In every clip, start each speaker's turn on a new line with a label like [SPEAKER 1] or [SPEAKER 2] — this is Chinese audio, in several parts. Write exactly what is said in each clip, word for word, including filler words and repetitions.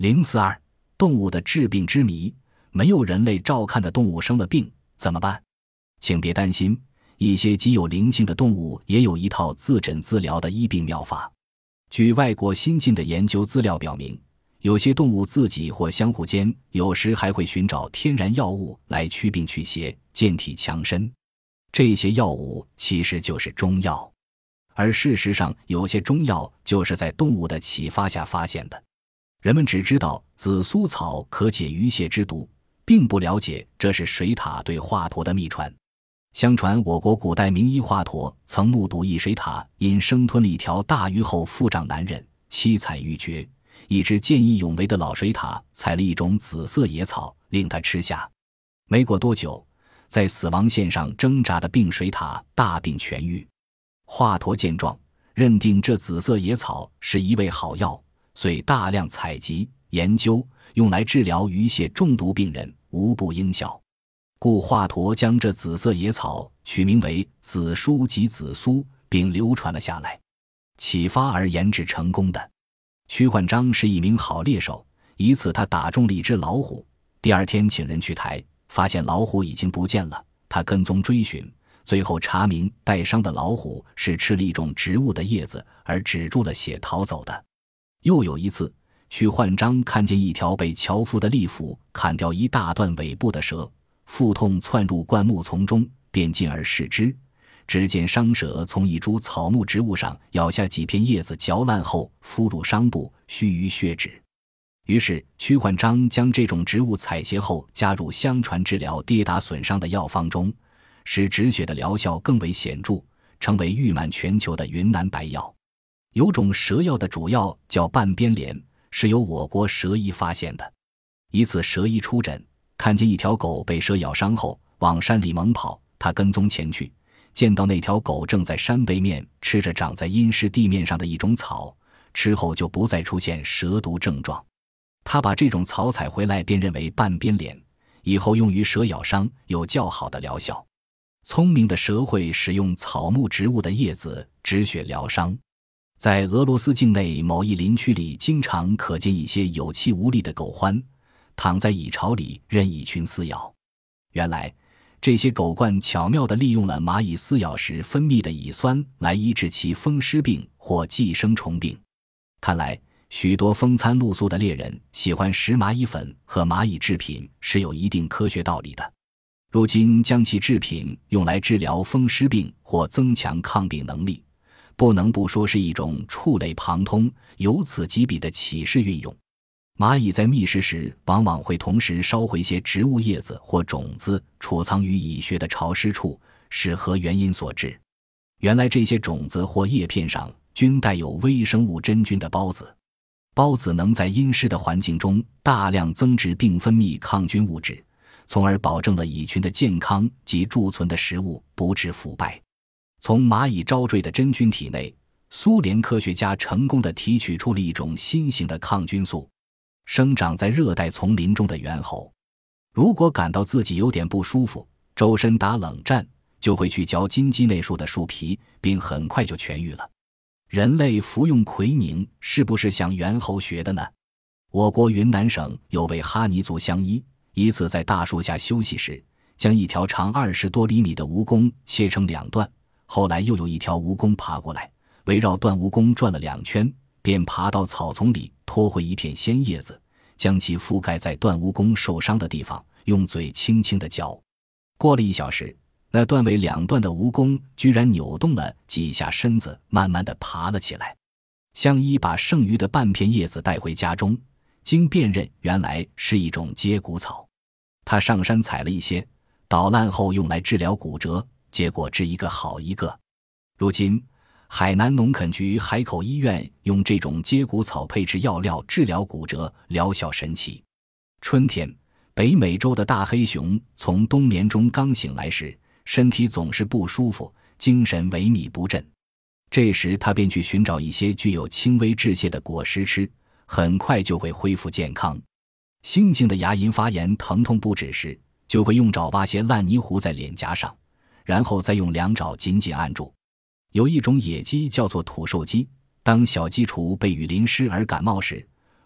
[SPEAKER 1] 零四二动物的治病之谜，没有人类照看的动物生了病怎么办？请别担心，一些极有灵性的动物也有一套自诊自疗的医病妙法。据外国新近的研究资料表明，有些动物自己或相互间有时还会寻找天然药物来祛病祛邪、健体强身。这些药物其实就是中药，而事实上有些中药就是在动物的启发下发现的。人们只知道紫苏草可解鱼泻之毒，并不了解这是水獭对华佗的秘传。相传我国古代名医华佗曾目睹一水獭因生吞了一条大鱼后腹胀难忍，凄惨欲绝，一只见义勇为的老水獭采了一种紫色野草令它吃下。没过多久，在死亡线上挣扎的病水獭大病痊愈。华佗见状，认定这紫色野草是一味好药，遂大量采集研究，用来治疗鱼泻中毒病人，无不应效。故华佗将这紫色野草取名为紫苏及紫苏，并流传了下来，启发而研制成功的。屈焕章是一名好猎手，一次他打中了一只老虎，第二天请人去抬，发现老虎已经不见了，他跟踪追寻，最后查明带伤的老虎是吃了一种植物的叶子而止住了血逃走的。又有一次，屈焕章看见一条被樵夫的利斧砍掉一大段尾部的蛇，腹痛窜入灌木丛中，便进而视之，只见伤蛇从一株草木植物上咬下几片叶子嚼烂后敷入伤部，须臾血止。于是屈焕章将这种植物采撷后加入相传治疗跌打损伤的药方中，使止血的疗效更为显著，成为誉满全球的云南白药。有种蛇药的主药叫半边莲，是由我国蛇医发现的。一次蛇医出诊，看见一条狗被蛇咬伤后往山里猛跑，他跟踪前去，见到那条狗正在山背面吃着长在阴湿地面上的一种草，吃后就不再出现蛇毒症状。他把这种草采回来，便认为半边莲以后用于蛇咬伤有较好的疗效。聪明的蛇会使用草木植物的叶子止血疗伤。在俄罗斯境内某一林区里，经常可见一些有气无力的狗獾躺在蚁巢里任蚁群撕咬。原来这些狗惯巧妙地利用了蚂蚁撕咬时分泌的蚁酸来医治其风湿病或寄生虫病。看来许多风餐露宿的猎人喜欢食蚂蚁粉和蚂蚁制品是有一定科学道理的。如今将其制品用来治疗风湿病或增强抗病能力，不能不说是一种触类旁通、由此及彼的启示运用。蚂蚁在觅食时往往会同时烧毁些植物叶子或种子，储藏于蚁穴的潮湿处，是何原因所致？原来这些种子或叶片上均带有微生物真菌的孢子，孢子能在阴湿的环境中大量增殖并分泌抗菌物质，从而保证了蚁群的健康及贮存的食物不致腐败。从蚂蚁招赘的真菌体内，苏联科学家成功地提取出了一种新型的抗菌素。生长在热带丛林中的猿猴，如果感到自己有点不舒服，周身打冷战，就会去嚼金鸡内树的树皮，并很快就痊愈了。人类服用奎宁是不是向猿猴学的呢？我国云南省有位哈尼族乡医，一次在大树下休息时，将一条长二十多厘米的蜈蚣切成两段，后来又有一条蜈蚣爬过来，围绕断蜈蚣转了两圈，便爬到草丛里拖回一片鲜叶子，将其覆盖在断蜈蚣受伤的地方，用嘴轻轻地嚼。过了一小时，那断为两段的蜈蚣居然扭动了几下身子，慢慢地爬了起来。乡医把剩余的半片叶子带回家中，经辨认原来是一种接骨草。他上山采了一些，捣烂后用来治疗骨折，结果治一个好一个。如今海南农垦局海口医院用这种接骨草配制药料治疗骨折，疗效神奇。春天，北美洲的大黑熊从冬眠中刚醒来时，身体总是不舒服，精神萎靡不振。这时他便去寻找一些具有轻微致泻的果实吃，很快就会恢复健康。猩猩的牙龈发炎疼痛不止时，就会用爪挖些烂泥糊在脸颊上，然后再用两爪紧紧按住。有一种野鸡叫做土瘦鸡，当小鸡雏被雨淋湿而感冒时，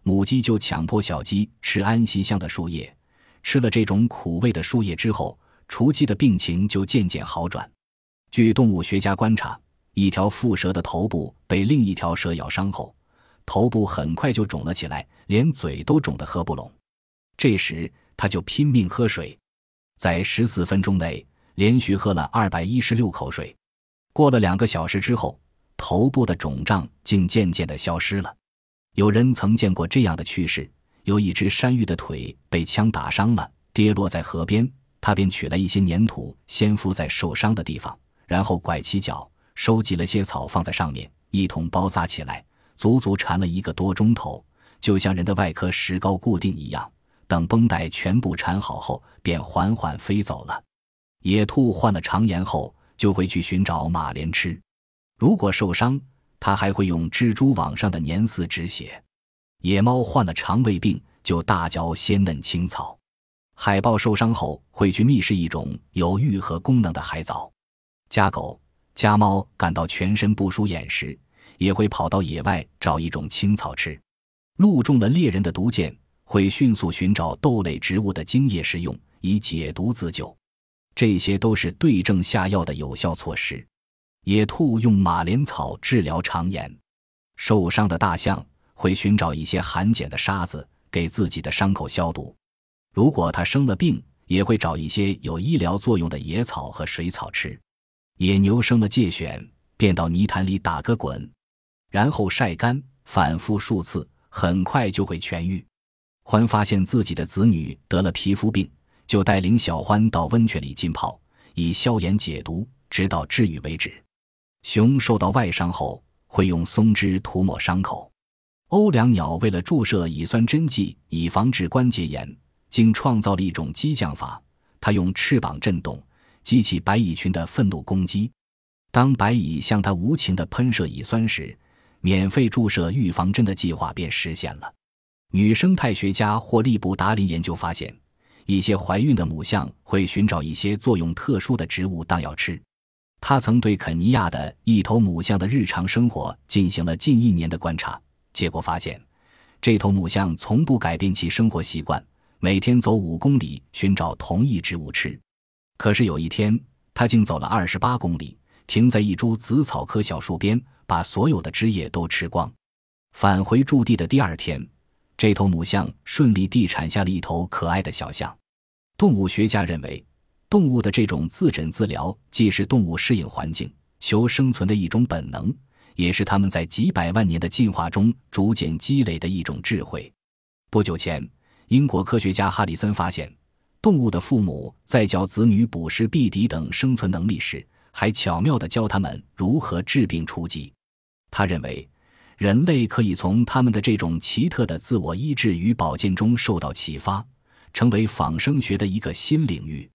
[SPEAKER 1] 母鸡就强迫小鸡吃安息香的树叶，吃了这种苦味的树叶之后，雏鸡的病情就渐渐好转。据动物学家观察，一条蝮蛇的头部被另一条蛇咬伤后，头部很快就肿了起来，连嘴都肿得合不拢。这时它就拼命喝水，在十四分钟内连续喝了二百一十六口水。过了两个小时之后，头部的肿胀竟渐渐地消失了。有人曾见过这样的趣事，有一只山芋的腿被枪打伤了，跌落在河边，他便取了一些粘土先敷在受伤的地方，然后拐起脚，收集了些草放在上面，一同包扎起来，足足缠了一个多钟头，就像人的外科石膏固定一样。等绷带全部缠好后，便缓缓飞走了。野兔患了肠炎后，就会去寻找马莲吃，如果受伤，它还会用蜘蛛网上的粘丝止血。野猫患了肠胃病，就大嚼鲜嫩青草。海豹受伤后会去觅食一种有愈合功能的海藻。家狗、家猫感到全身不舒眼时，也会跑到野外找一种青草吃。鹿中了猎人的毒箭，会迅速寻找豆类植物的茎叶食用，以解毒自救。这些都是对症下药的有效措施。野兔用马莲草治疗肠炎，受伤的大象会寻找一些含碱的沙子给自己的伤口消毒。如果它生了病，也会找一些有医疗作用的野草和水草吃。野牛生了疥癣，便到泥潭里打个滚，然后晒干，反复数次，很快就会痊愈。獾发现自己的子女得了皮肤病，就带领小獾到温泉里浸泡，以消炎解毒，直到治愈为止。熊受到外伤后，会用松脂涂抹伤口。欧良鸟为了注射乙酸针剂以防治关节炎，竟创造了一种激将法，它用翅膀震动，激起白蚁群的愤怒攻击。当白蚁向它无情地喷射乙酸时，免费注射预防针的计划便实现了。女生态学家霍利布达林研究发现，一些怀孕的母象会寻找一些作用特殊的植物当药吃。他曾对肯尼亚的一头母象的日常生活进行了近一年的观察，结果发现，这头母象从不改变其生活习惯，每天走五公里寻找同一植物吃。可是有一天，他竟走了二十八公里，停在一株紫草科小树边，把所有的枝叶都吃光。返回驻地的第二天，这头母象顺利地产下了一头可爱的小象。动物学家认为，动物的这种自诊自疗既是动物适应环境、求生存的一种本能，也是它们在几百万年的进化中逐渐积累的一种智慧。不久前，英国科学家哈里森发现，动物的父母在教子女捕食避敌等生存能力时，还巧妙地教他们如何治病除疾。他认为，人类可以从他们的这种奇特的自我医治与保健中受到启发，成为仿生学的一个新领域。